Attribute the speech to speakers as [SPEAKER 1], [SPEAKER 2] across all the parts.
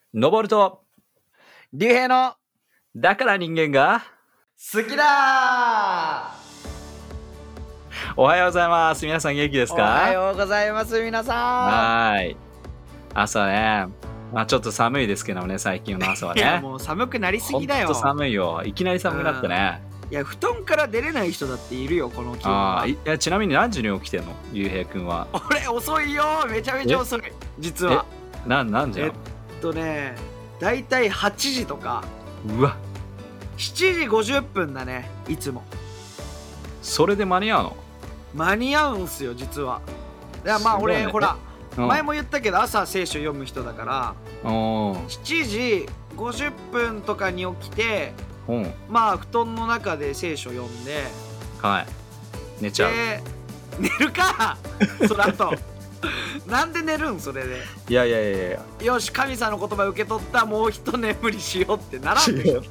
[SPEAKER 1] 登ると
[SPEAKER 2] 竜兵の
[SPEAKER 1] だから人間が
[SPEAKER 2] 好きだ
[SPEAKER 1] おはようございます。皆さん元気ですか？
[SPEAKER 2] おはようございます皆さ
[SPEAKER 1] はい。朝ね、ちょっと寒いですけどね、最近の朝は
[SPEAKER 2] ん。いや
[SPEAKER 1] ね。
[SPEAKER 2] もう寒くなりすぎだよ。
[SPEAKER 1] ほんと寒いよ。いきなり寒くなったね。
[SPEAKER 2] いや布団から出れない人だっているよこの気温は。
[SPEAKER 1] いやちなみに何時に起きてんの、ゆうへいくんは？
[SPEAKER 2] 俺遅いよ、めちゃめちゃ遅い実は。
[SPEAKER 1] 何時なの？
[SPEAKER 2] だいたい8時とか
[SPEAKER 1] うわ、
[SPEAKER 2] 7時50分だねいつも。
[SPEAKER 1] それで間に合うの？
[SPEAKER 2] 間に合うんすよ実は。いやまあ
[SPEAKER 1] すごいね
[SPEAKER 2] 俺ほら
[SPEAKER 1] うん
[SPEAKER 2] 前も言ったけど朝聖書読む人だから7時50分とかに起きて、まあ布団の中で聖書読んで、
[SPEAKER 1] はい、寝ちゃう。
[SPEAKER 2] で寝るかその後なんで寝るんそれで。
[SPEAKER 1] いや
[SPEAKER 2] よし神様の言葉受け取った、もう一眠りしようってならんでしょ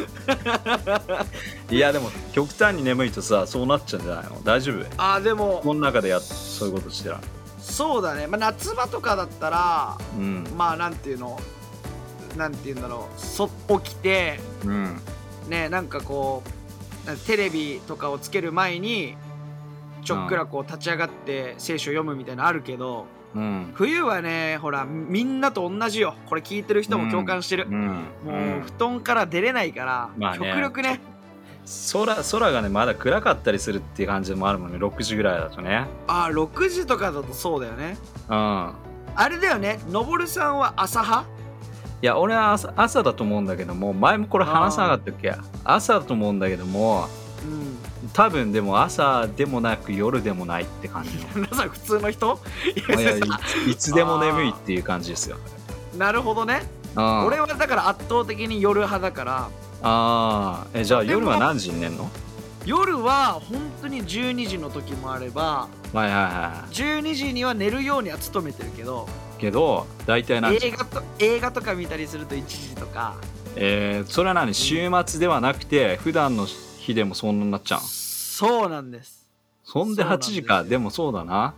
[SPEAKER 1] いやでも極端に眠いとさ、そうなっちゃうんじゃないの？大丈夫？
[SPEAKER 2] でも
[SPEAKER 1] この中でそういうことしてたら。
[SPEAKER 2] そうだね、夏場とかだったら、なんていうんだろう、起きて、ね、なんかこうテレビとかをつける前にちょっくらこう立ち上がって聖書読むみたいなのあるけど、冬はねほらみんなと同じよ。これ聞いてる人も共感してる。もう布団から出れないから、極力ね。
[SPEAKER 1] 空がねまだ暗かったりするっていう感じもあるもんね、6時ぐらいだとね。
[SPEAKER 2] 6時とかだとそうだよね。
[SPEAKER 1] あ
[SPEAKER 2] れだよね、のぼるさんは朝派？
[SPEAKER 1] いや俺は朝だと思うんだけども、前もこれ話さなかったっけ？朝だと思うんだけども、多分でも朝でもなく夜でもないって感じ。
[SPEAKER 2] 皆さん普通の人？
[SPEAKER 1] いつでも眠いっていう感じですよ。
[SPEAKER 2] なるほどね。俺はだから圧倒的に夜派だから。
[SPEAKER 1] じゃあ夜は何時に寝るの？
[SPEAKER 2] 夜は本当に12時の時もあれば、12時には寝るようには努めてるけど
[SPEAKER 1] 大体何時？
[SPEAKER 2] 映画とか見たりすると1時とか。
[SPEAKER 1] それは何？週末ではなくて普段の日でもそんなになっちゃう？
[SPEAKER 2] そうなんです。
[SPEAKER 1] そんで8時か。でもそうだな。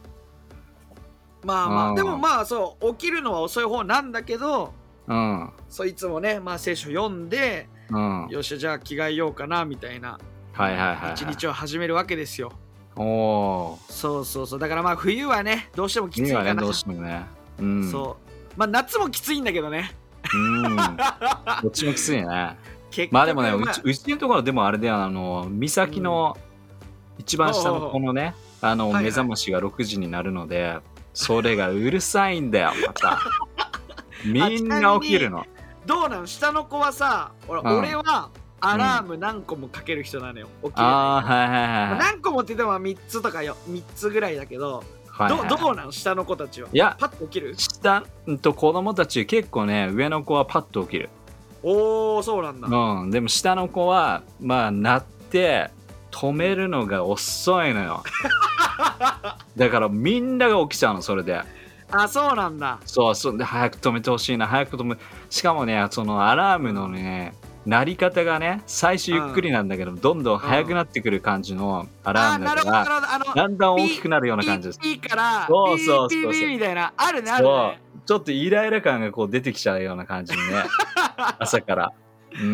[SPEAKER 2] でもそう起きるのは遅い方なんだけど、そういつもね、聖書読んで、よしじゃあ着替えようかなみたいな一日を始めるわけですよ。そうだから冬はねどうしてもきついかな。
[SPEAKER 1] どうしてもね。
[SPEAKER 2] そう夏もきついんだけどね。
[SPEAKER 1] どっちもきついね。でもね、うちのところでもあれで岬の一番下のこのね、目覚ましが6時になるので、それがうるさいんだよまた。みんな起きるの。
[SPEAKER 2] どうなの下の子はさ、俺はアラーム何個もかける人なのよ。起きれない。何個もって言っても3つとか3つぐらいだけど、どうなの下の子たちは？いやパッと起きる？
[SPEAKER 1] 下と子供たち結構ね、上の子はパッと起きる。
[SPEAKER 2] そうなんだ。
[SPEAKER 1] でも下の子は鳴って止めるのが遅いのよ。だからみんなが起きちゃうの、それで。
[SPEAKER 2] そうなんだ。
[SPEAKER 1] そうで、早く止めてほしいな、早く止め。しかもね、そのアラームのね鳴り方がね、最初ゆっくりなんだけど、どんどん速くなってくる感じのアラームだから、だんだん大きくなるような感じです。
[SPEAKER 2] ピーからピーみたいな、あるね。
[SPEAKER 1] ちょっとイライラ感がこう出てきちゃうような感じにね。朝から。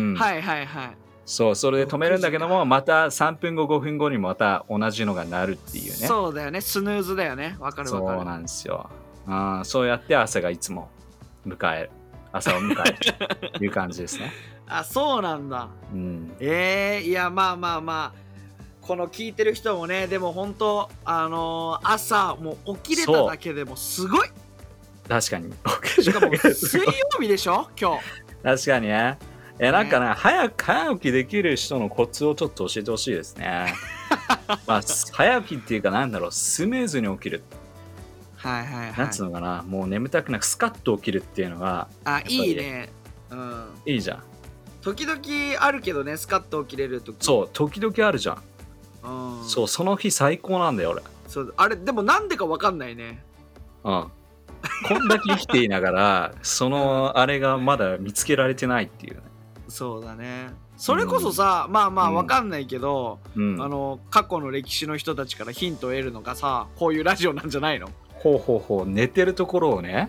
[SPEAKER 1] それで止めるんだけども、また3分後5分後にまた同じのが鳴るっていうね。
[SPEAKER 2] そうだよね、スヌーズだよね。わかる。
[SPEAKER 1] そうなんですよ。そうやって朝がいつも朝を迎えるという感じですね。
[SPEAKER 2] そうなんだ。いやこの聞いてる人もね、でも本当朝もう起きれただけでもすごい。
[SPEAKER 1] 確かに。
[SPEAKER 2] しかも水曜日でしょ今日。
[SPEAKER 1] 確かにね。なんかね、早起きできる人のコツをちょっと教えてほしいですね。早起きっていうかスムーズに起きる。なんつうのかな、もう眠たくなくスカッと起きるっていうのが
[SPEAKER 2] いいね。
[SPEAKER 1] いいじゃん。
[SPEAKER 2] 時々あるけどね、スカッと起きれる時。
[SPEAKER 1] そう時々あるじゃん。その日最高なんだよ俺。
[SPEAKER 2] あれでもなんでか分かんないね。
[SPEAKER 1] こんだけ生きていながらあれがまだ見つけられてないっていうね。
[SPEAKER 2] そうだね。それこそさ、分かんないけど、過去の歴史の人たちからヒントを得るのがさ、こういうラジオなんじゃないの？
[SPEAKER 1] 寝てるところをね、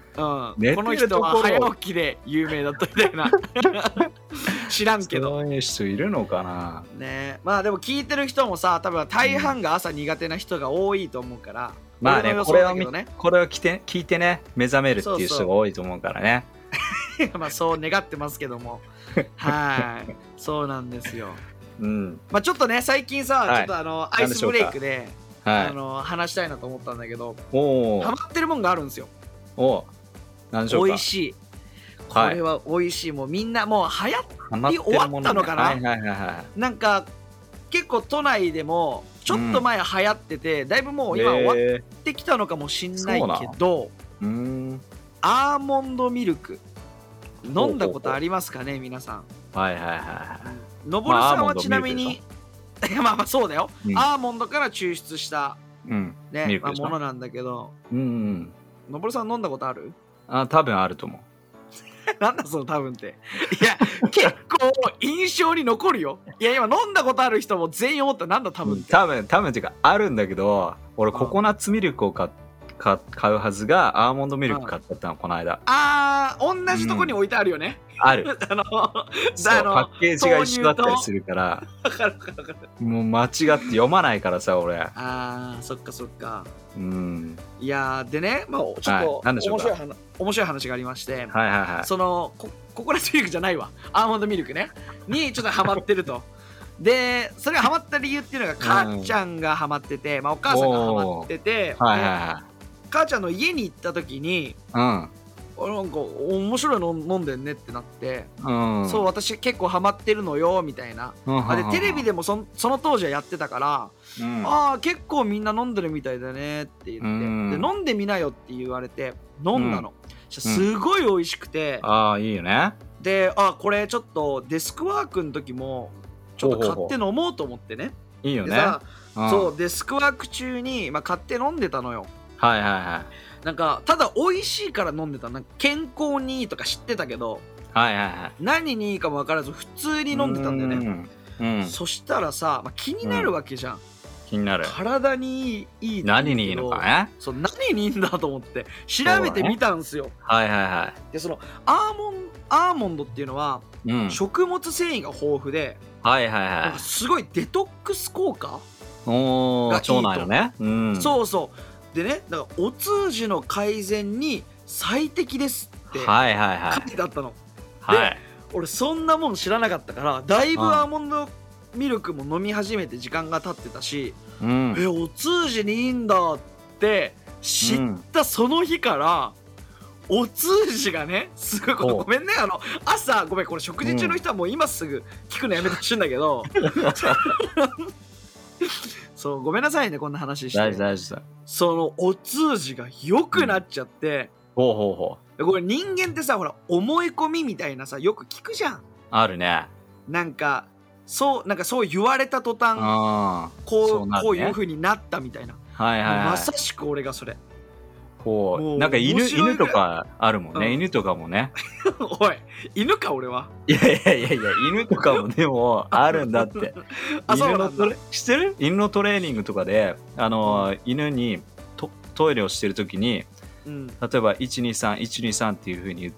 [SPEAKER 2] この人は早起きで有名だったみたいな知らんけど
[SPEAKER 1] そういう人いるのかな
[SPEAKER 2] ね。まあでも聞いてる人もさ多分大半が朝苦手な人が多いと思うから、
[SPEAKER 1] まあねこれを聞いてね目覚めるっていう人が多いと思うからね。
[SPEAKER 2] まあそう願ってますけどもはいそうなんですよ。まあちょっとね最近さ、ちょっとアイスブレイクで話したいなと思ったんだけど、ハマってるもんがあるんですよ。
[SPEAKER 1] 何でしょうか。
[SPEAKER 2] 美味しい。これは美味しい。もうみんなもう流行り終わったのかな。なんか結構都内でもちょっと前流行ってて、だいぶもう今終わってきたのかもしんないけど、アーモンドミルク飲んだことありますかね皆さん。のぼるさんはちなみにまあまあそうだよ、アーモンドから抽出したねものなんだけど、のぼるさん飲んだことある？
[SPEAKER 1] 多分あると思う。
[SPEAKER 2] なんだその多分って。いや結構印象に残るよ。いや今飲んだことある人も全員思った。なんだ多分って。
[SPEAKER 1] 多分っていうかあるんだけど、俺ココナッツミルクを買うはずがアーモンドミルク買ったのこの間。
[SPEAKER 2] 同じとこに置いてあるよね。
[SPEAKER 1] ある。パッケージが一緒だったりするから。もう間違って読まないからさ俺。
[SPEAKER 2] そっかそっか。いやでね、まあちょっと面白い話がありまして、そのココナッツミルクじゃないわ、アーモンドミルクねにちょっとハマってると。でそれがハマった理由っていうのが母ちゃんがハマってて、まあお母さんがハマってて、母ちゃんの家に行った時に、なんか面白いの飲んでんねってなって、そう私結構ハマってるのよみたいな。でテレビでもその当時はやってたから、結構みんな飲んでるみたいだねって言って、で飲んでみなよって言われて飲んだの。すごい美味しくて、
[SPEAKER 1] いいよね。
[SPEAKER 2] でこれちょっとデスクワークの時もちょっと買って飲もうと思ってね。
[SPEAKER 1] いいよね。
[SPEAKER 2] そうデスクワーク中に買って飲んでたのよ。なんかただ美味しいから飲んでた。なんか健康にいいとか知ってたけど、何にいいかも分からず普通に飲んでたんだよね。そしたらさ、気になるわけじゃん。
[SPEAKER 1] 気になる。
[SPEAKER 2] 体にいい。
[SPEAKER 1] 何にいいのかね。
[SPEAKER 2] そう何にいいんだと思って調べてみたんすよ。でそのアーモンドっていうのは、食物繊維が豊富で、すごいデトックス効果がいいと。
[SPEAKER 1] そうなんよね。
[SPEAKER 2] そうそうでね、だからお通じの改善に最適ですって書いてあったの。で俺そんなもん知らなかったから、だいぶアーモンドミルクも飲み始めて時間が経ってたし、お通じにいいんだって知ったその日から、お通じがねすごいごめんね、朝ごめんこれ食事中の人はもう今すぐ聞くのやめてほしいんだけどそうごめんなさいねこんな話して。
[SPEAKER 1] 大丈夫。
[SPEAKER 2] そのお通じが良くなっちゃって、これ人間ってさほら思い込みみたいなさよく聞くじゃん。
[SPEAKER 1] あるね。
[SPEAKER 2] なんかそう言われた途端こういう風になったみたいな。まさしく俺がそれ。なんか犬とかあるもんね。犬とかもね。おい犬か俺は。
[SPEAKER 1] いや犬とかもでもあるんだって。知ってる？犬のトレーニングとかで犬にトイレをしてる時に、例えば123っていう風に言って、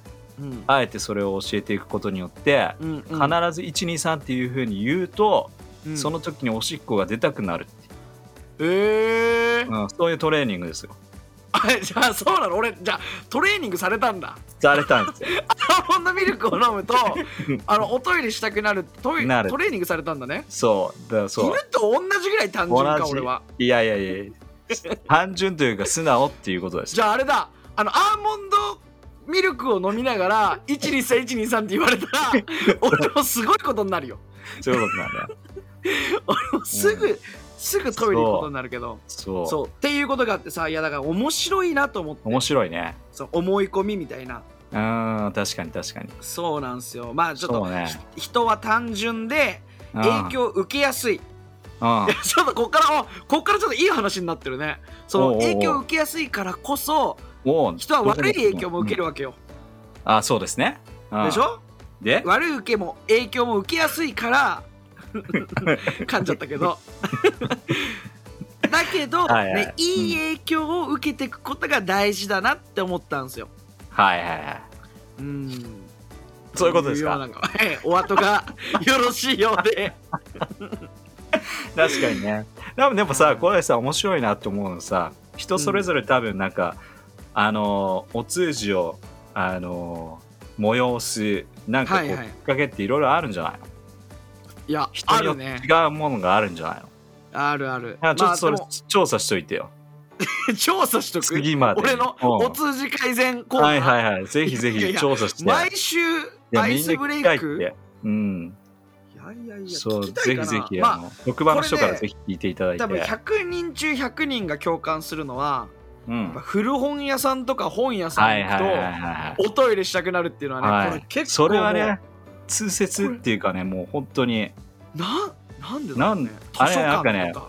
[SPEAKER 1] あえてそれを教えていくことによって、必ず123っていう風に言うと、その時におしっこが出たくなるっていう。そういうトレーニングですよ。
[SPEAKER 2] じゃあそうなの。俺じゃあトレーニングされたんだ。
[SPEAKER 1] されたんですよ。
[SPEAKER 2] アーモンドミルクを飲むとおトイレしたくなるトレーニングされたんだね。
[SPEAKER 1] そう犬
[SPEAKER 2] と同じぐらい単純か俺は。
[SPEAKER 1] いや単純というか素直っていうことです。
[SPEAKER 2] じゃああれだ、アーモンドミルクを飲みながら123って言われたら俺もすごいことになるよ。
[SPEAKER 1] そういうことなんだよ。
[SPEAKER 2] 俺もすぐトイレ行くことになるけど、そうっていうことがあってさ、いやだから面白いなと思って。
[SPEAKER 1] 面白いね。
[SPEAKER 2] そう思い込みみたいな。
[SPEAKER 1] 確かに
[SPEAKER 2] そうなんですよ。まあちょっと、人は単純で影響を受けやすい。ちょっとこっからちょっといい話になってるね。その影響を受けやすいからこそ人は悪い影響も受けるわけよ。
[SPEAKER 1] そうですね。
[SPEAKER 2] でしょ。で悪い影響も受けやすいから噛んじゃったけどだけど、はいはいね、いい影響を受けていくことが大事だなって思ったんですよ。
[SPEAKER 1] はいはいはい。そういうことですか。
[SPEAKER 2] お後がよろしいようで。
[SPEAKER 1] 確かにね。でもさ、これさ面白いなと思うのさ、人それぞれ多分なんか、お通じを催すなんかこう、きっかけっていろいろあるんじゃないの？
[SPEAKER 2] いや、
[SPEAKER 1] 人によって違うものがあるんじゃないの？
[SPEAKER 2] あるある。
[SPEAKER 1] ちょっとそれ調査しといてよ。
[SPEAKER 2] 調査しとく？
[SPEAKER 1] 次まで。
[SPEAKER 2] 俺のお通じ改善コーナー。
[SPEAKER 1] はいはいはい。ぜひぜひ調査して。
[SPEAKER 2] 毎週アイスブレイク。
[SPEAKER 1] いやそうぜひぜひ職場の人からぜひ聞いていただいて。
[SPEAKER 2] 多分100人中100人が共感するのは、古本屋さんとか本屋さん行くとおトイレしたくなるっていうのはね、これ結構
[SPEAKER 1] それはね通説っていうかね、もう本当に
[SPEAKER 2] なんでだろうね。
[SPEAKER 1] あれなんかね、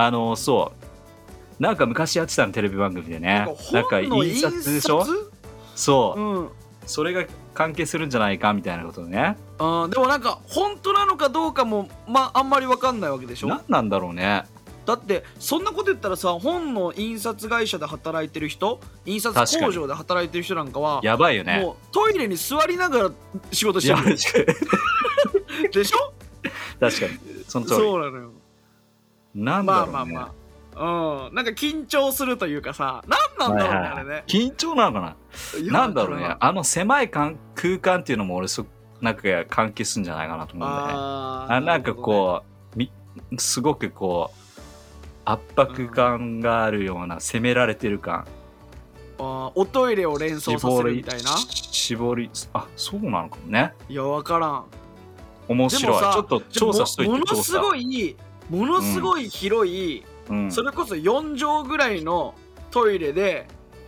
[SPEAKER 1] そうなんか昔やってたのテレビ番組でね、なんか印刷でしょ。そう、それが関係するんじゃないかみたいなことね。
[SPEAKER 2] でもなんか本当なのかどうかもあんまり分かんないわけでしょ。
[SPEAKER 1] 何なんだろうね。
[SPEAKER 2] だってそんなこと言ったらさ、本の印刷会社で働いてる人、印刷工場で働いてる人なんかは
[SPEAKER 1] やばいよね。
[SPEAKER 2] もうトイレに座りながら仕事してるでしょ。
[SPEAKER 1] 確かにその通り。
[SPEAKER 2] そうなのよ。
[SPEAKER 1] なんだろうね。
[SPEAKER 2] なんか緊張するというかさ、なんだろうね、あれね。
[SPEAKER 1] 緊張なのかな。なんだろうね。狭い空間っていうのも俺なんか関係するんじゃないかなと思うんだよね。なんかこうすごくこう圧迫感があるような、責められてる感。
[SPEAKER 2] おトイレを連想させるみたいな。
[SPEAKER 1] そうなのかもね。
[SPEAKER 2] いや分からん。
[SPEAKER 1] 面白い。ちょっと調査しといて。
[SPEAKER 2] ものすごい広い、それこそ4畳ぐらいのトイレで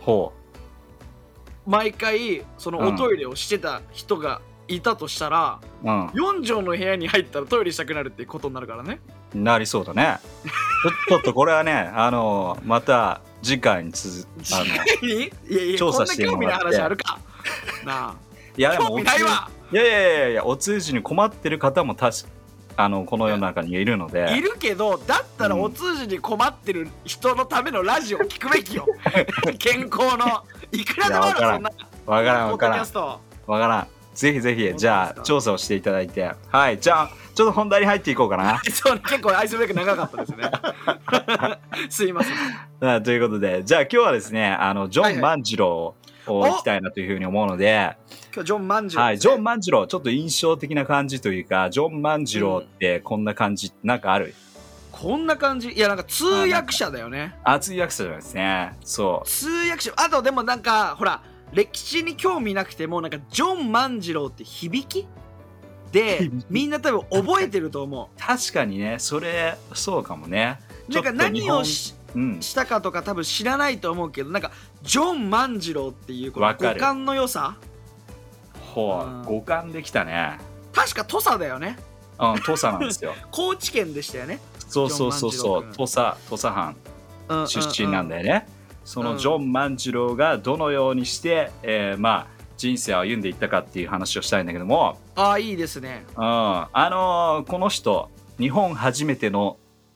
[SPEAKER 2] 毎回そのおトイレをしてた人がいたとしたら、4畳の部屋に入ったらトイレしたくなるってことになるからね。
[SPEAKER 1] なりそうだね。ちょっとこれはね、また次回に調査してもらって。こんな興味ない話あるかなあ。いやでも興味ないわ。いやお通じに困ってる方もこの世の中にいるので。
[SPEAKER 2] いるけど、だったらお通じに困ってる人のためのラジオを聞くべきよ。健康のいくらでもある。そんな
[SPEAKER 1] わからん。ぜひぜひじゃあ調査をしていただいて、はい、じゃあちょっと本題に入っていこうかな。
[SPEAKER 2] そう、結構アイスブレイク長かったですね。すいません。
[SPEAKER 1] ということで、じゃあ今日はですね、ジョン万次郎を行きたいなというふうに思うので、
[SPEAKER 2] 今日ジョン万次郎、
[SPEAKER 1] はい、ジョン万次郎、ちょっと印象的な感じというか、ジョン万次郎ってこんな感じ、なんかある？
[SPEAKER 2] こんな感じ。いや、なんか通訳者だよね。
[SPEAKER 1] 通訳者ですね。そう。
[SPEAKER 2] 通訳者。あとでもなんかほら、歴史に興味なくてもなんかジョン万次郎って響きでみんな多分覚えてると思う。
[SPEAKER 1] 確かにね、そうかもね。
[SPEAKER 2] なんか何をしたかとか多分知らないと思うけど、なんかジョン万次郎っていうこの五感の良さ。
[SPEAKER 1] 五感できたね。
[SPEAKER 2] 確か土佐だよね。
[SPEAKER 1] 土佐なんですよ。
[SPEAKER 2] 高知県でしたよね。
[SPEAKER 1] そう土佐藩出身なんだよね。そのジョン万次郎がどのようにして、人生を歩んでいったかっていう話をしたいんだけども。
[SPEAKER 2] いいですね。
[SPEAKER 1] この人日本初めての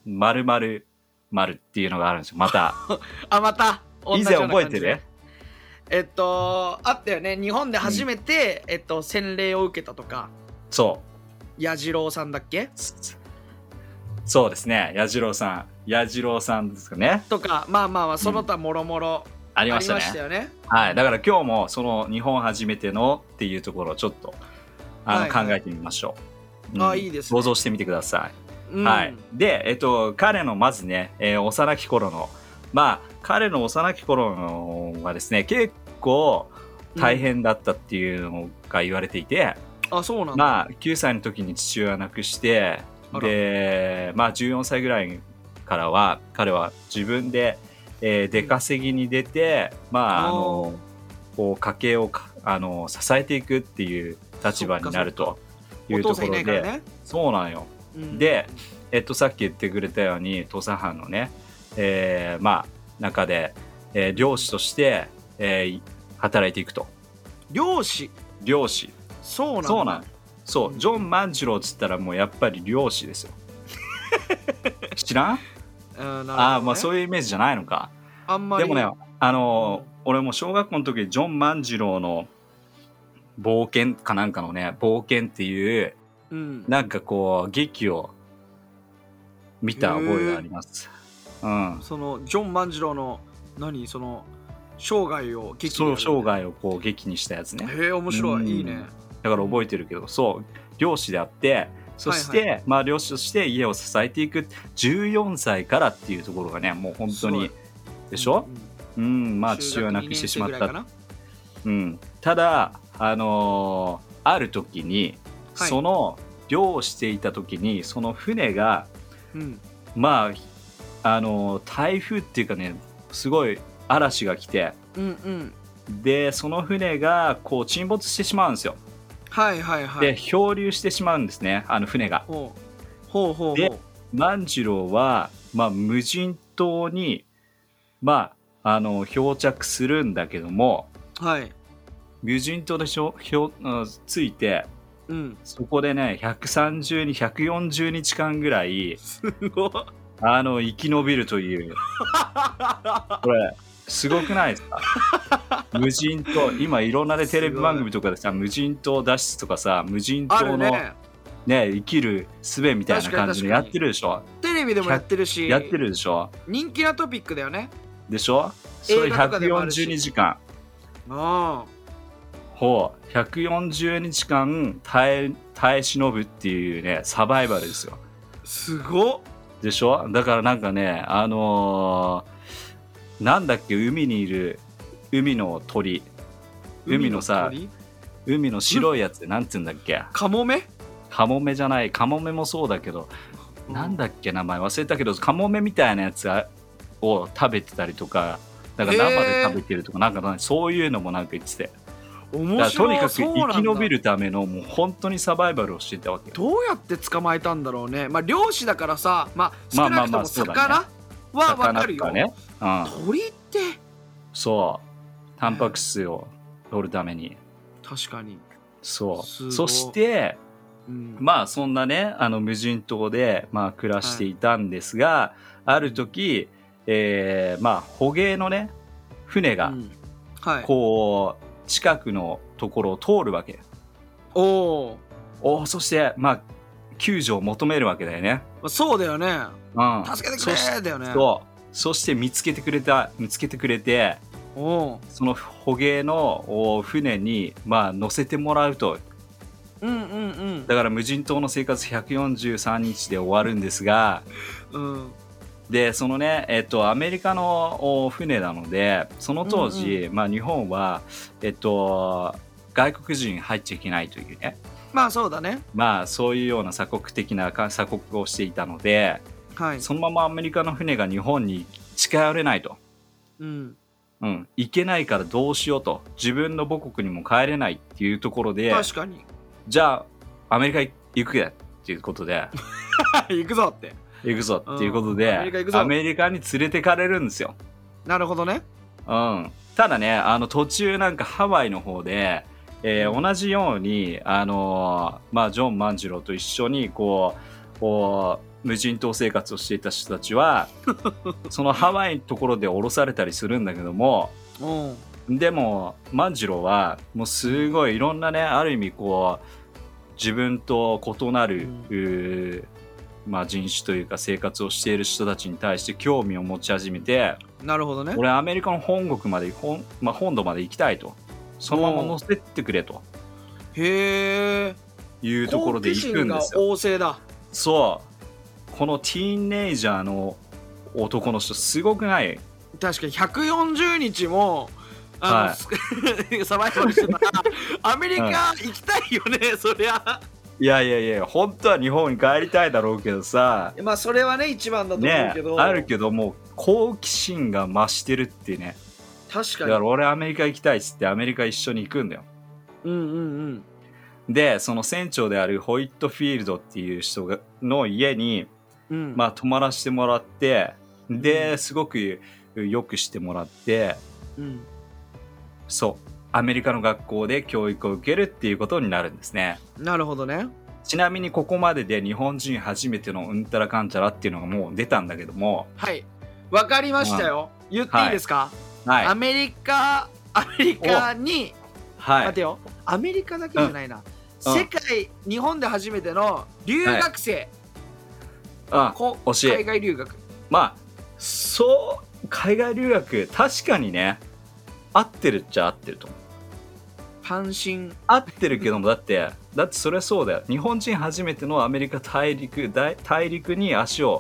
[SPEAKER 1] 〇〇〇っていうのがあるんですよ。また
[SPEAKER 2] また
[SPEAKER 1] 以前覚えてる？
[SPEAKER 2] あったよね。日本で初めて、洗礼を受けたとか。彌次郎さんだっけ？
[SPEAKER 1] そうですね。彌次郎さんですかね。
[SPEAKER 2] とかその他もろもろ
[SPEAKER 1] ありましたよね。はい。だから今日もその日本初めてのっていうところをちょっと考えてみましょ
[SPEAKER 2] う。いいですね。
[SPEAKER 1] 想像してみてください。はい。で、彼のまずね、幼き頃の彼の幼き頃のはですね、結構大変だったっていうのが言われていて、
[SPEAKER 2] そうなんだ。
[SPEAKER 1] 9歳の時に父親を亡くして、で14歳ぐらいからは彼は自分で、出稼ぎに出てこう家計を支えていくっていう立場になるというところで、そうなのよ。で、さっき言ってくれたように土佐藩のね、中で、漁師として、働いていくと。漁師そうなの。そう、ジョン万次郎っつったらもうやっぱり漁師ですよ。知らん？ ああ、まあそういうイメージじゃないのか。
[SPEAKER 2] あんまり。
[SPEAKER 1] でもね、俺も小学校の時にジョン万次郎の冒険かなんかのね、冒険っていう、なんかこう劇を見た覚えがあります。
[SPEAKER 2] そのジョン万次郎のその生涯を劇に、
[SPEAKER 1] そう生涯をこう劇にしたやつね。
[SPEAKER 2] へえ、面白い、いいね。
[SPEAKER 1] だから覚えてるけど、そう漁師であって、そして、まあ漁師として家を支えていく14歳からっていうところがね、もう本当にでしょ。まあ父親を亡くしてしまった。ただある時に、その漁をしていた時にその船が、まあ台風っていうかね、すごい嵐が来て、でその船がこう沈没してしまうんですよ。で漂流してしまうんですね、船が。で万次郎は、まあ、無人島に、まあ、漂着するんだけども、無人島でついて、そこでね140日間ぐらい生き延びるというこれすごくないですか？無人島、今いろんなテレビ番組とかでさ、無人島脱出とかさ、無人島の生きる術みたいな感じでやってるでしょ。
[SPEAKER 2] テレビでもやってるし、
[SPEAKER 1] やってるでしょ。
[SPEAKER 2] 人気なトピックだよね。
[SPEAKER 1] でしょ。それ142時間。140日間耐え忍ぶっていうね、サバイバルですよ。
[SPEAKER 2] すごっ
[SPEAKER 1] でしょ。だからなんかね、なんだっけ、海にいる海の鳥、海のさ、海の白いやつ、なんつうんだっけ。
[SPEAKER 2] カモメ？
[SPEAKER 1] カモメじゃない、カモメもそうだけど、なんだっけ名前忘れたけど、カモメみたいなやつを食べてたりとか、なんか生で食べてるとか、なんかそういうのもなんか言ってて。面白い。とにかく生き延びるためのもう本当にサバイバルをしてたわけ。
[SPEAKER 2] どうやって捕まえたんだろうね。まあ漁師だからさ、まあ少なくとも魚は分かるよ。鳥って
[SPEAKER 1] そうタンパク質を取るために。
[SPEAKER 2] 確かに。
[SPEAKER 1] そして、まあそんなね無人島で、まあ、暮らしていたんですが、ある時、まあ捕鯨のね船が、こう近くのところを通るわけ。そしてまあ救助を求めるわけだよね。
[SPEAKER 2] そうだよね。助けてくれだよね。
[SPEAKER 1] そして見つけてくれて、その捕鯨の船にまあ乗せてもらうと。だから無人島の生活143日で終わるんですが、でそのねアメリカの船なので、その当時、まあ日本は外国人入っちゃいけないというね、
[SPEAKER 2] まあそうだね、
[SPEAKER 1] まあそういうような鎖国的な鎖国をしていたので、そのままアメリカの船が日本に近寄れないと、行けないからどうしようと、自分の母国にも帰れないっていうところで、
[SPEAKER 2] 確かに、
[SPEAKER 1] じゃあアメリカ行くやっていうことで
[SPEAKER 2] 行くぞって
[SPEAKER 1] いうことで、アメリカに連れてかれるんですよ。
[SPEAKER 2] なるほどね。
[SPEAKER 1] ただね途中なんかハワイの方で、同じようにまあ、ジョン万次郎と一緒にこう無人島生活をしていた人たちはそのハワイのところで降ろされたりするんだけども、でも万次郎はもうすごいいろんなね、ある意味こう自分と異なる、まあ、人種というか生活をしている人たちに対して興味を持ち始めて、
[SPEAKER 2] なるほどね、
[SPEAKER 1] 俺アメリカの本国まで本土まで行きたいと、そのまま乗せてくれというところで行くんですよ。
[SPEAKER 2] 旺盛だ。
[SPEAKER 1] そうこのティーンネイジャーの男の人すごくない？
[SPEAKER 2] 確かに140日もサバイバルしてたらアメリカ行きたいよね、そりゃ。
[SPEAKER 1] いや本当は日本に帰りたいだろうけどさ、
[SPEAKER 2] まあそれはね一番だと思うけど、
[SPEAKER 1] あるけどもう好奇心が増してるってね。
[SPEAKER 2] 確かに。
[SPEAKER 1] だから俺アメリカ行きたいっつってアメリカ一緒に行くんだよ。でその船長であるホイットフィールドっていう人の家に、まあ泊まらせてもらって、ですごくよくしてもらって、そうアメリカの学校で教育を受けるっていうことになるんですね。
[SPEAKER 2] なるほどね。
[SPEAKER 1] ちなみにここまでで日本人初めてのうんたらかんちゃらっていうのがもう出たんだけども、
[SPEAKER 2] はい、わかりましたよ。言っていいですか？
[SPEAKER 1] はい、
[SPEAKER 2] アメリカに、待てよ、アメリカだけじゃないな、世界、日本で初めての留学生、
[SPEAKER 1] 惜しい。
[SPEAKER 2] 海外留学。
[SPEAKER 1] まあそう海外留学確かにね合ってるっちゃ合ってると思う。
[SPEAKER 2] 半身
[SPEAKER 1] 合ってるけどもだってそれはそうだよ。日本人初めてのアメリカ大陸に足を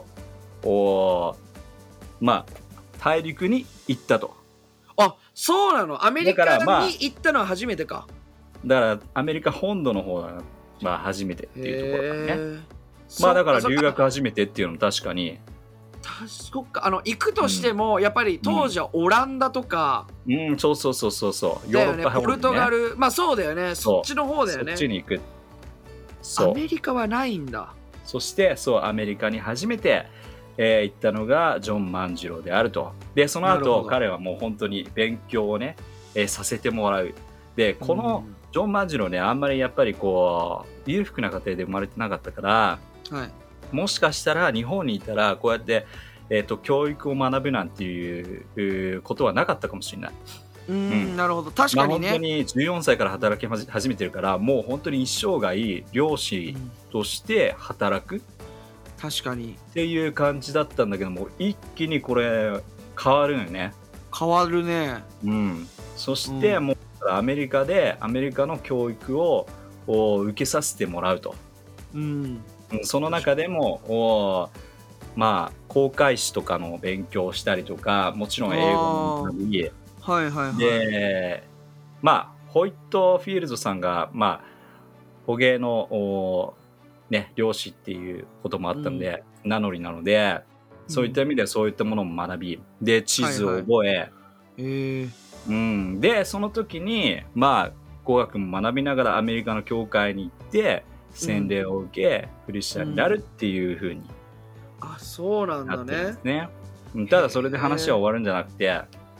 [SPEAKER 1] 大陸に行ったと。
[SPEAKER 2] あ、そうなの。アメリカに行ったのは初めてか。
[SPEAKER 1] だからアメリカ本土の方が初めてっていうところだね。だから留学初めてっていうのも確かに。
[SPEAKER 2] そっか、行くとしても、やっぱり当時はオランダとか、
[SPEAKER 1] そうヨーロッパ、
[SPEAKER 2] ポルトガル、そうだよね、そっちの方だよね。
[SPEAKER 1] そっちに行く。
[SPEAKER 2] アメリカはないんだ。
[SPEAKER 1] そしてアメリカに初めて、行ったのがジョン万次郎であると。でその後彼はもう本当に勉強をね、させてもらう。でこのジョン万次郎ね、あんまりやっぱり裕福な家庭で生まれてなかったから、もしかしたら日本にいたらこうやって、教育を学ぶなんていうことはなかったかもしれない。
[SPEAKER 2] なるほど、確かにね。
[SPEAKER 1] 本当に14歳から働き始めてるから、もう本当に一生涯漁師として働く、
[SPEAKER 2] 確かに
[SPEAKER 1] っていう感じだったんだけども、一気にこれ変わるよね。
[SPEAKER 2] 変わるね。
[SPEAKER 1] そしてもうアメリカの教育を受けさせてもらうと。その中でも航海士とかの勉強をしたりとか、もちろん英語も学び、でホイットフィールドさんが捕鯨の漁師っていうこともあったので、名乗りなので、そういった意味ではそういったものも学びで地図を覚え、でその時に語学も学びながらアメリカの教会に行って洗礼を受け、クリスチャンになるっていう風に
[SPEAKER 2] そうなんだね。
[SPEAKER 1] ただそれで話は終わるんじゃなくて、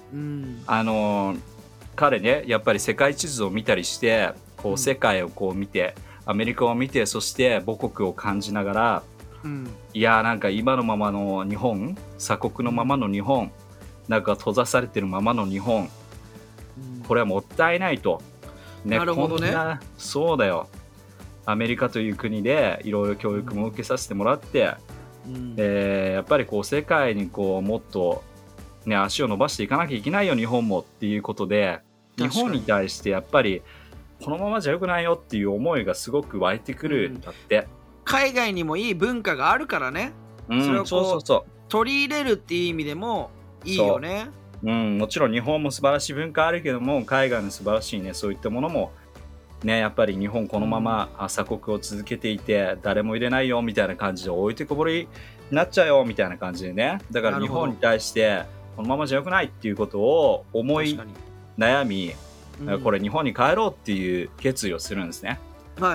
[SPEAKER 1] 彼ね、やっぱり世界地図を見たりして世界を見て、アメリカを見て、そして母国を感じながら、いやなんか今のままの日本、鎖国のままの日本、なんか閉ざされてるままの日本、これはもったいないと。
[SPEAKER 2] なるほどね。
[SPEAKER 1] そうだよ。アメリカという国でいろいろ教育も受けさせてもらって、やっぱり世界にもっと、足を伸ばしていかなきゃいけないよ日本もっていうことで、日本に対してやっぱりこのままじゃ良くないよっていう思いがすごく湧いてくるんだって。
[SPEAKER 2] 海外にもいい文化があるからね、それを取り入れるっていう意味でもいいよね。
[SPEAKER 1] もちろん日本も素晴らしい文化あるけども、海外の素晴らしいね、そういったものもね、やっぱり日本このまま鎖国を続けていて、誰も入れないよみたいな感じで置いてこぼりになっちゃうよみたいな感じでね、だから日本に対してこのままじゃ良くないっていうことを思い悩み、これ日本に帰ろうっていう決意をするんですね。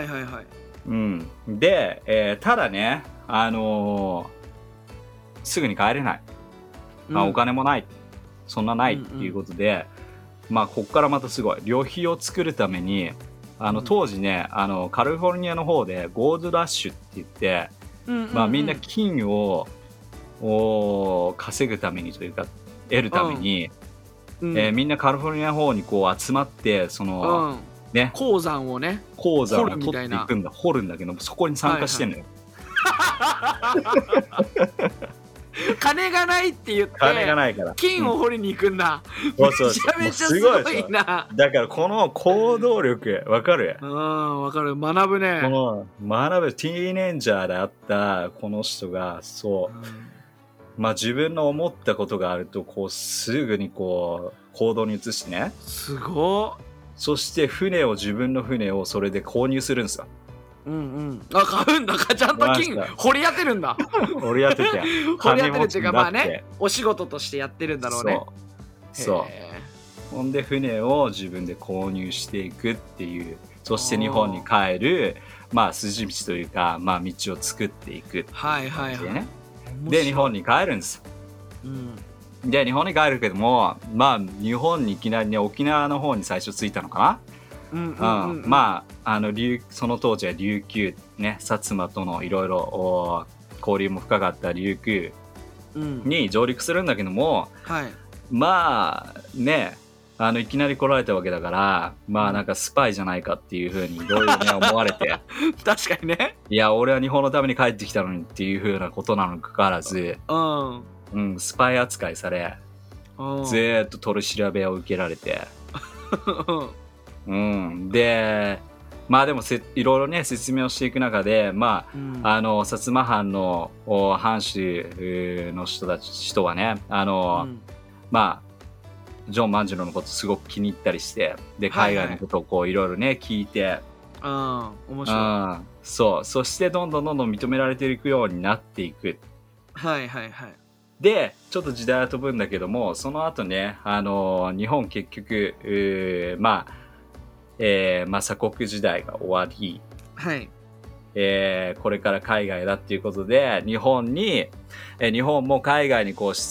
[SPEAKER 1] で、ただね、すぐに帰れない、お金もない、そんなないっていうことで、ここからまたすごい旅費を作るために、当時ね、カリフォルニアの方でゴールドラッシュって言って、みんな金を稼ぐためにというか得るために、みんなカリフォルニアの方に集まって、
[SPEAKER 2] 鉱山を取
[SPEAKER 1] っていくんだ、掘るんだけど、そこに参加してんのよ。
[SPEAKER 2] 金がないって言って、
[SPEAKER 1] 金がないから
[SPEAKER 2] 金を掘りに行くんだ。めちゃめちゃすごいな。
[SPEAKER 1] だからこの行動力わかる？
[SPEAKER 2] わかる。学ぶね。
[SPEAKER 1] この学ぶティーネイジャーであったこの人が、自分の思ったことがあるとすぐに行動に移してね。
[SPEAKER 2] すごい。
[SPEAKER 1] そして自分の船をそれで購入するんですよ。
[SPEAKER 2] 買うんだ。ちゃんと金掘り当てるんだ。
[SPEAKER 1] 掘り当てて
[SPEAKER 2] 掘り当てるっていうかお仕事としてやってるんだろうね。
[SPEAKER 1] ほんで船を自分で購入していくっていう、そして日本に帰る筋道というか道を作っていくっていう感じでね。で日本に帰るんです。で日本に帰るけども、日本にいきなりね、沖縄の方に最初着いたのかな。 まあその当時は琉球ね、薩摩とのいろいろ交流も深かった琉球に上陸するんだけども、
[SPEAKER 2] はい、
[SPEAKER 1] まあね、いきなり来られたわけだから、まあなんかスパイじゃないかっていう風にいろいろね思われて
[SPEAKER 2] 確かにね、
[SPEAKER 1] いや俺は日本のために帰ってきたのにっていう風なことなのにかかわらず、スパイ扱いされ、ずーっと取り調べを受けられてでまあでもいろいろね説明をしていく中で、まあ薩摩藩の藩主の人はね、まあジョン万次郎のことすごく気に入ったりして、で海外のことをこういろいろね聞いて、
[SPEAKER 2] 面白い。
[SPEAKER 1] そしてどんどん認められていくようになっていく。
[SPEAKER 2] はいはいはい。
[SPEAKER 1] でちょっと時代は飛ぶんだけども、その後ね日本結局鎖国時代が終わり、
[SPEAKER 2] はい、
[SPEAKER 1] これから海外だっていうことで日本も海外にこう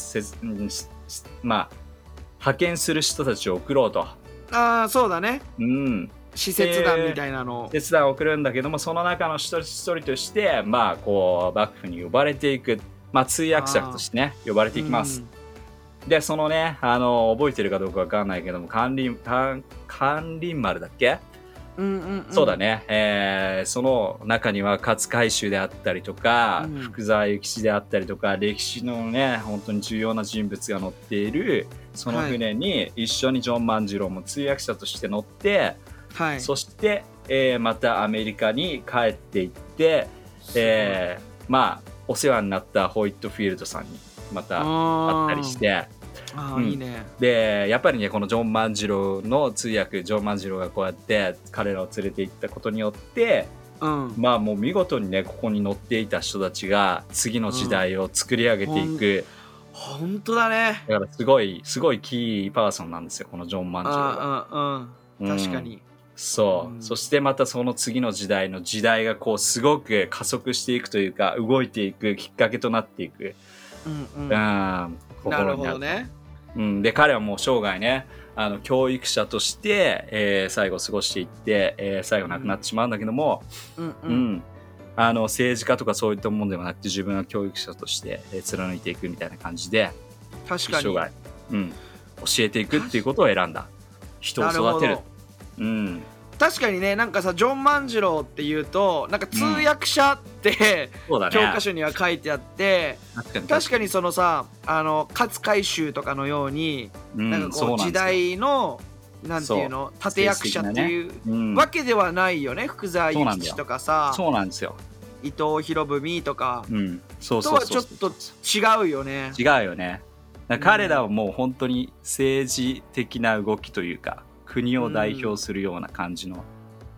[SPEAKER 1] 派遣する人たちを送ろうと。
[SPEAKER 2] そうだね。使節団みたいなのを。
[SPEAKER 1] 使節団を送るんだけども、その中の一人一人としてこう幕府に呼ばれていく、通訳者としてね呼ばれていきます。でそのね覚えてるかどうかわかんないけども、関林丸だっけ？そうだね、その中には勝海舟であったりとか、福沢諭吉であったりとか、歴史のね本当に重要な人物が乗っているその船に一緒にジョン万次郎も通訳者として乗って、そして、またアメリカに帰っていって、お世話になったホイットフィールドさんにまた会ったりして、
[SPEAKER 2] いいね。
[SPEAKER 1] でやっぱりねこのジョン万次郎の通訳、ジョン万次郎がこうやって彼らを連れて行ったことによって、もう見事にねここに乗っていた人たちが次の時代を作り上げていく。
[SPEAKER 2] 本当だね。
[SPEAKER 1] だからすごいキーパーソンなんですよこのジョン万次郎
[SPEAKER 2] は。確かに。
[SPEAKER 1] そしてまたその次の時代がこうすごく加速していくというか、動いていくきっかけとなっていく。
[SPEAKER 2] なるほどね。
[SPEAKER 1] で彼はもう生涯ね教育者として、最後過ごしていって、最後亡くなってしまうんだけども、政治家とかそういったものではなくて自分は教育者として、貫いていくみたいな感じで、
[SPEAKER 2] 確かに
[SPEAKER 1] 生涯、教えていくっていうことを選んだ。人を育てる。
[SPEAKER 2] 確かにね、なんかさジョン万次郎っていうとなんか通訳者って、教科書には書いてあって、確かにそのさ勝海舟とかのように、なんかこう時代のなんていうの立役者っていうわけではないよね。福沢諭吉とかさ、
[SPEAKER 1] そうなんですよ。
[SPEAKER 2] 伊藤博文とかとはちょっと違うよね。
[SPEAKER 1] 違うよね。彼らはもう本当に政治的な動きというか国を代表するような感じの、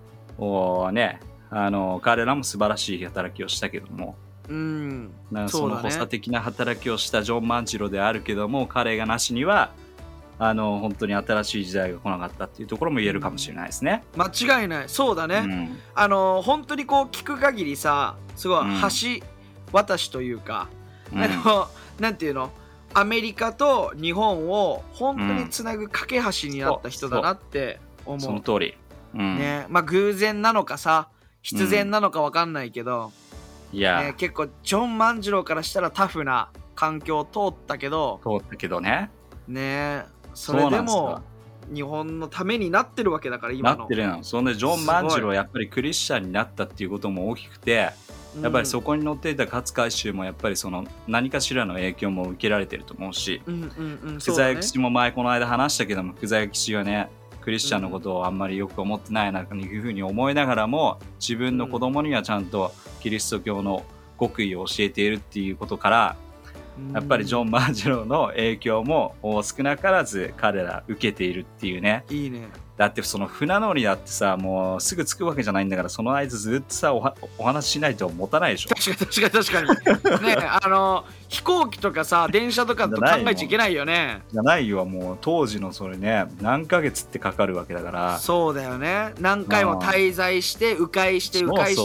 [SPEAKER 1] 彼らも素晴らしい働きをしたけども、その補佐的な働きをしたジョン万次郎であるけども、彼がなしには本当に新しい時代が来なかったっていうところも言えるかもしれないですね。
[SPEAKER 2] 間違いない。そうだね。本当にこう聞く限りさ、すごい橋渡しというか、なんていうの、アメリカと日本を本当につなぐ架け橋になった人だなって思う。
[SPEAKER 1] その通り。
[SPEAKER 2] ね、偶然なのかさ必然なのか分かんないけど、結構ジョン万次郎からしたらタフな環境を通ったけどね、それでも日本のためになってるわけだから今の。
[SPEAKER 1] なってるの。そんでジョン万次郎はやっぱりクリスチャンになったっていうことも大きくて、やっぱりそこに乗っていた勝海舟もやっぱりその何かしらの影響も受けられてると思うし、福沢諭吉も前この間話したけども、福沢諭吉はねクリスチャンのことをあんまりよく思ってないなというふうに思いながらも、自分の子供にはちゃんとキリスト教の極意を教えているっていうことから、やっぱりジョン万次郎の影響も少なからず彼ら受けているっていうね。
[SPEAKER 2] いいね。
[SPEAKER 1] だってその船乗りだってさ、もうすぐ着くわけじゃないんだから、その間ずっとさお話ししないと持たないでしょ。
[SPEAKER 2] 確かにね、飛行機とかさ電車とかと考えちゃいけないよね。
[SPEAKER 1] じゃないよ。もう当時のそれね何ヶ月ってかかるわけだから。
[SPEAKER 2] そうだよね。何回も滞在して迂回して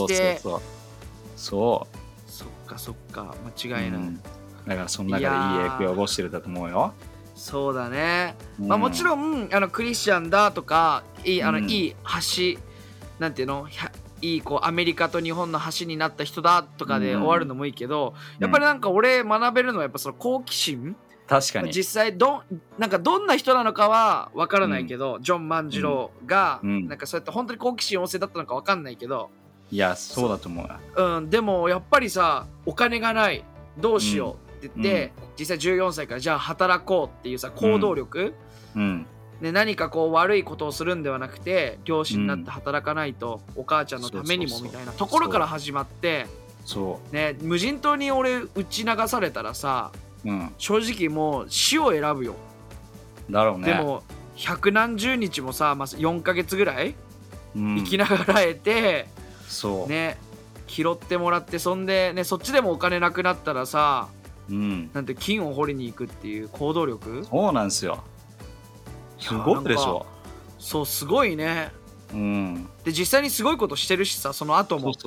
[SPEAKER 2] そっか間違いない。
[SPEAKER 1] だからその中でいい影響を起こしてるんだと思うよ。
[SPEAKER 2] そうだね、まあもちろんクリスチャンだとかいい橋なんていうのいいこうアメリカと日本の橋になった人だとかで終わるのもいいけど、やっぱりなんか俺学べるのはやっぱその好奇心。
[SPEAKER 1] 確かに
[SPEAKER 2] 実際なんかどんな人なのかは分からないけど、ジョン万次郎がなんかそうやって本当に好奇心旺盛だったのか分かんないけど、
[SPEAKER 1] いやそうだと思う。
[SPEAKER 2] でもやっぱりさ、お金がないどうしようって言って、実際14歳からじゃあ働こうっていうさ行動力、で何かこう悪いことをするんではなくて、漁師になって働かないとお母ちゃんのためにもみたいなところから始まって、ね、無人島に俺打ち流されたらさ、正直もう死を選ぶよ。
[SPEAKER 1] だろうね。
[SPEAKER 2] でも百何十日もさ、4ヶ月ぐらい生きながらえて、ね、拾ってもらって、そんでね、そっちでもお金なくなったらさ、なんて金を掘りに行くっていう行動力。
[SPEAKER 1] そうなんですよ。すごいでしょ。
[SPEAKER 2] そう、すごいね。で実際にすごいことしてるしさ、その後も。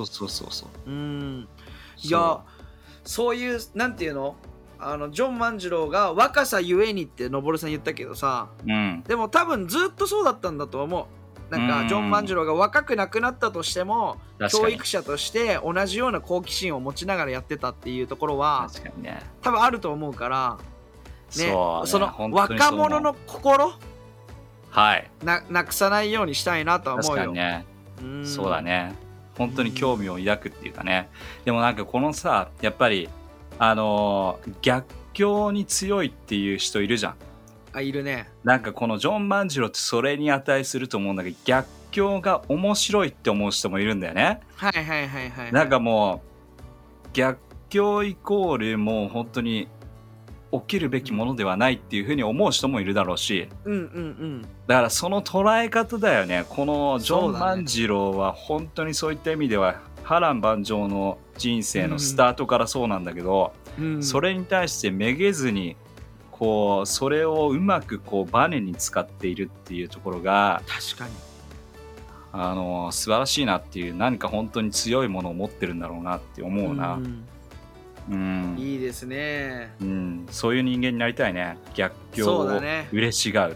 [SPEAKER 2] いや、そういうなんていうの、ジョン万次郎が若さゆえにってのぼるさん言ったけどさ、でも多分ずっとそうだったんだと思う。なんかジョン万次郎が若くなくなったとしても、教育者として同じような好奇心を持ちながらやってたっていうところは多分あると思うからね、その若者の心なくさないようにしたいなとは思うよ。
[SPEAKER 1] 確かにね。そうだね。本当に興味を抱くっていうかね。でもなんかこのさ、やっぱり逆境に強いっていう人いるじゃん。
[SPEAKER 2] いるね。
[SPEAKER 1] なんかこのジョン万次郎ってそれに値すると思うんだけど、逆境が面白いって思う人もいるんだよね。なんかもう逆境イコールもう本当に起きるべきものではないっていうふうに思う人もいるだろうし、だからその捉え方だよね。このジョン万次郎は本当にそういった意味では波乱万丈の人生のスタートからそうなんだけど、それに対してめげずにこうそれをうまくこうバネに使っているっていうところが
[SPEAKER 2] 確か
[SPEAKER 1] に素晴らしいなっていう、何か本当に強いものを持ってるんだろうなって思うな。
[SPEAKER 2] いいですね。
[SPEAKER 1] そういう人間になりたいね。逆境を嬉しがる。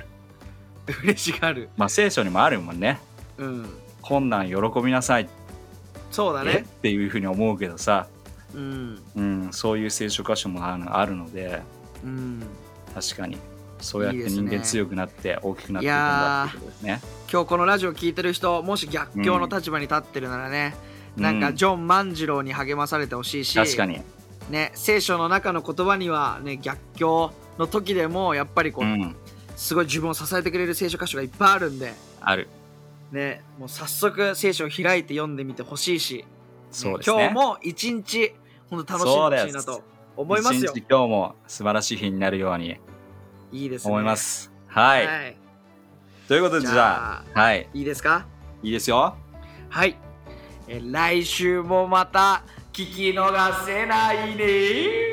[SPEAKER 1] 聖書にもあるもんね。困難喜びなさい。
[SPEAKER 2] そうだね。
[SPEAKER 1] っていうふうに思うけどさ、そういう聖書箇所もあるので、確かにそうやって人間強くなって大きくなっていくんだってことですね。
[SPEAKER 2] 今日このラジオ聞いてる人、もし逆境の立場に立ってるならね、なんかジョン万次郎に励まされてほしいし、
[SPEAKER 1] 確かに
[SPEAKER 2] ね、聖書の中の言葉にはね、逆境の時でもやっぱりこう、すごい自分を支えてくれる聖書箇所がいっぱいあるんで、ね、もう早速聖書を開いて読んでみてほしいし、
[SPEAKER 1] そうですね、
[SPEAKER 2] 今日も一日本当楽しんでほしいなと思いますよ。
[SPEAKER 1] 一日今日も素晴らしい日になるように思います。はい。ということでじゃあ、いい
[SPEAKER 2] ですか？
[SPEAKER 1] いいですよ。
[SPEAKER 2] はい。来週もまた聞き逃せないね。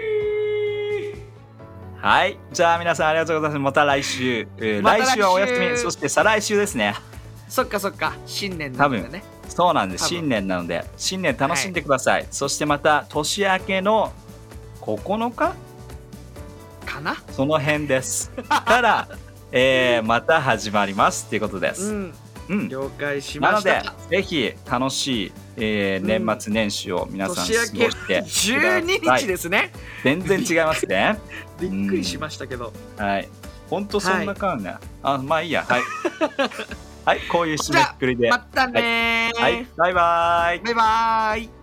[SPEAKER 1] はい。じゃあ皆さんありがとうございます。また来週。来週はお休み。そして再来週ですね。
[SPEAKER 2] そっかそっか。新年なのでね。
[SPEAKER 1] そうなんです。新年なので新年楽しんでください。そしてまた年明けの9日
[SPEAKER 2] かな、
[SPEAKER 1] その辺ですから、また始まりますっていうことです。
[SPEAKER 2] 了解しました。
[SPEAKER 1] なのでぜひ楽しい、年末年始を皆さん過ごしてください。
[SPEAKER 2] 12日ですね。
[SPEAKER 1] 全然違いますね。
[SPEAKER 2] びっくりしましたけど。
[SPEAKER 1] はい。本当そんな感じね。まあいいや。はい。はい、こういう締めくくりで。
[SPEAKER 2] またね。
[SPEAKER 1] はい、バイバイ。
[SPEAKER 2] バイバイ。